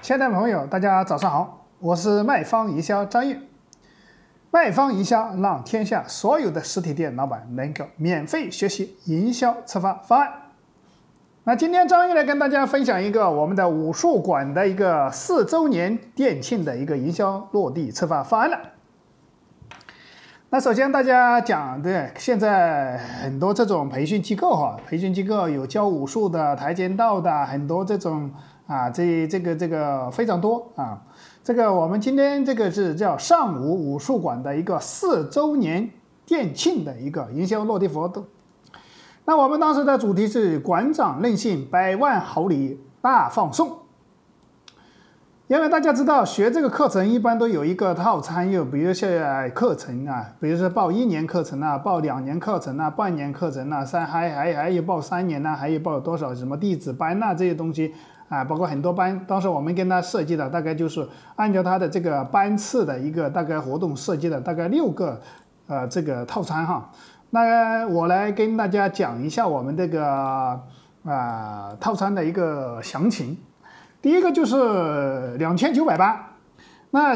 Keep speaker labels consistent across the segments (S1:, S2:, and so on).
S1: 亲爱的朋友，大家早上好，我是卖方营销张玉。卖方营销让天下所有的实体店老板能够免费学习营销策划方案。那今天张玉来跟大家分享一个我们的武术馆的一个4周年店庆的一个营销落地策划方案了。那首先大家讲的，现在很多这种培训机构培训机构有教武术的、跆拳道的，很多这种这个非常多啊。这个我们今天这个是叫上武武术馆的一个4周年店庆的一个营销落地活动。那我们当时的主题是馆长任性，100万好礼大放送。因为大家知道学这个课程一般都有一个套餐，比如说课程比如说报1年课程报2年课程半年课程还有报3年还有报多少什么弟子班这些东西包括很多班。当时我们跟他设计的大概就是按照他的这个班次的一个大概活动设计的大概6个这个套餐那我来跟大家讲一下我们这个套餐的一个详情。第一个就是2980，那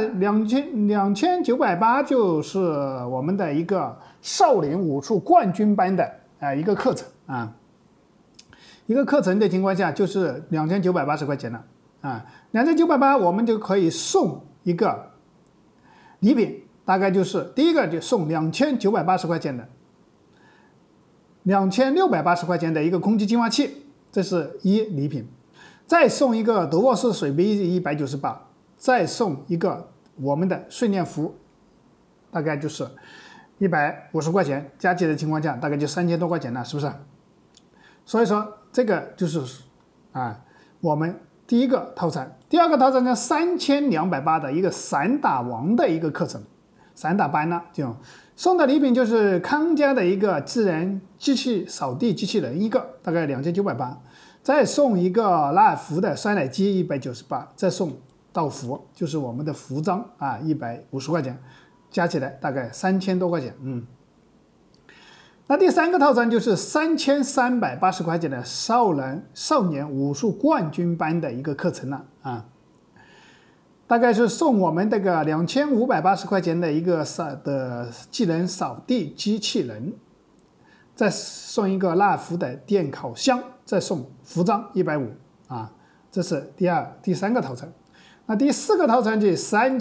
S1: 2980就是我们的一个少林武术冠军班的一个课程一个课程的情况下就是2980块钱了2980我们就可以送一个礼品，大概就是第一个就送2980块钱的2680块钱的一个空气净化器，这是一礼品。再送一个德沃士水杯198，再送一个我们的训练服，大概就是150块钱，加起来的情况下大概就3000多块钱了，是不是？所以说这个就是我们第一个套餐。第二个套餐呢，3280的一个散打王的一个课程，散打班就送的礼品就是康佳的一个智能机器扫地机器人一个，大概2980。再送一个拉尔夫的酸奶机198，再送道服，就是我们的服装150块钱，加起来大概3000多块钱。那第三个套餐就是3380块钱的少年武术冠军班的一个课程了大概是送我们这个2580块钱的一个技能扫地机器人，再送一个拉尔夫的电烤箱，再送服装150这是第三个套餐。那第四个套餐就是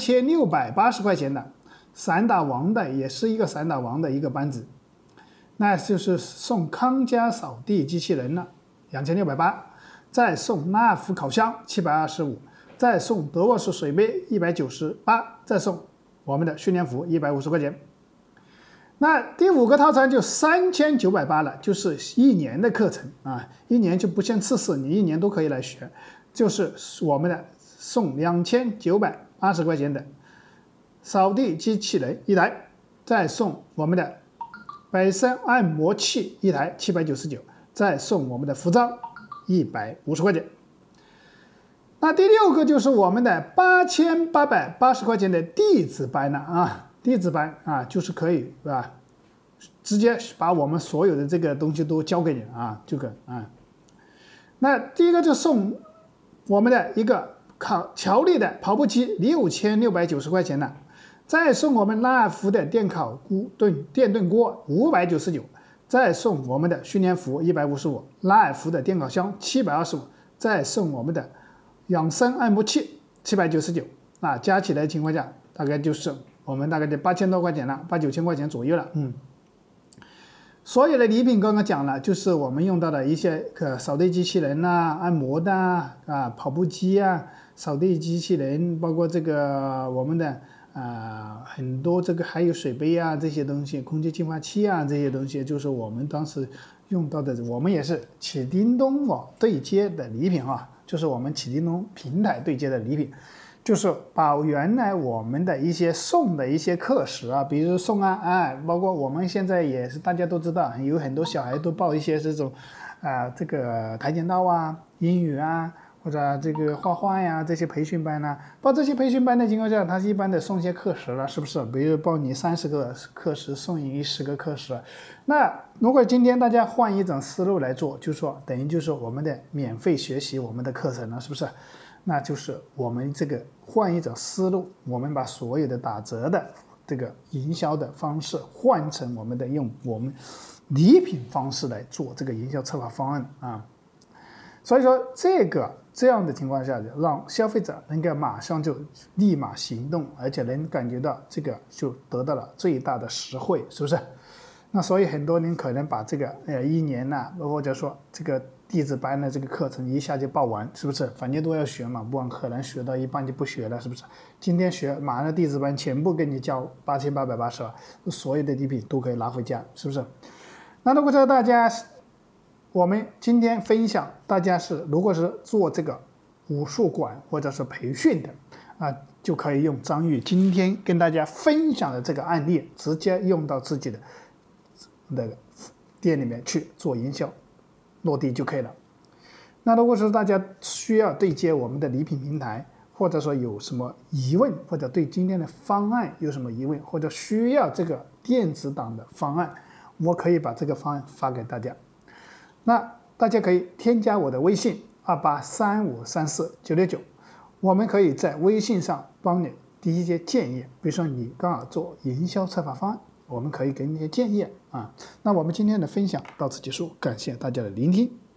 S1: 3680块钱的散打王的，也是一个散打王的一个班子，那就是送康佳扫地机器人了2680，再送拉尔夫烤箱725，再送德沃士水杯198，再送我们的训练服150块钱。那第五个套餐就3980了，就是1年的课程1年就不限次数，你1年都可以来学，就是我们的送2980块钱的扫地机器人一台，再送我们的百森按摩器一台799，再送我们的服装150块钱。那第六个就是我们的8880块钱的弟子班了弟子班就是可以直接把我们所有的这个东西都交给你那第一个就送我们的一个乔力的跑步机6690块钱的，再送我们拉尔夫的电炖锅599，再送我们的训练服155，拉尔夫的电烤箱725，再送我们的养生按摩器799加起来的情况下大概就是我们大概得8000多块钱了，8、9千块钱左右了。所有的礼品刚刚讲了，就是我们用到的一些扫地机器人按摩的跑步机扫地机器人，包括这个我们的很多这个还有水杯这些东西，空气净化器这些东西，就是我们当时用到的。我们也是启叮咚对接的礼品就是我们启叮咚平台对接的礼品。就是把原来我们的一些送的一些课时比如送包括我们现在也是大家都知道，有很多小孩都报一些这种这个跆拳道英语或者这个画画这些培训班报这些培训班的情况下，他一般得送一些课时了，是不是？比如报你30个课时，送你10个课时。那如果今天大家换一种思路来做，就说等于就是我们的免费学习我们的课程了，是不是？ 那就是我们这个换一种思路，我们把所有的打折的这个营销的方式换成用我们礼品方式来做这个营销策划方案啊。所以说这样的情况下，让消费者能够马上就立马行动，而且能感觉到这个就得到了最大的实惠，是不是？那所以很多人可能把这个1年呐，或者说这个弟子班的这个课程一下就报完，是不是？反正都要学嘛，不可能学到一半就不学了，是不是？今天学，马上弟子班全部给你交8880，所有的礼品都可以拿回家，是不是？那如果说我们今天分享，大家如果是做这个武术馆或者是培训的啊，就可以用张玉今天跟大家分享的这个案例，直接用到自己的那个店里面去做营销，落地就可以了。那如果是大家需要对接我们的礼品平台，或者说有什么疑问，或者对今天的方案有什么疑问，或者需要这个电子档的方案，我可以把这个方案发给大家。那大家可以添加我的微信28353499，我们可以在微信上帮你提一些建议，比如说你刚好做营销策划方案，我们可以给你一些建议啊。那我们今天的分享到此结束，感谢大家的聆听。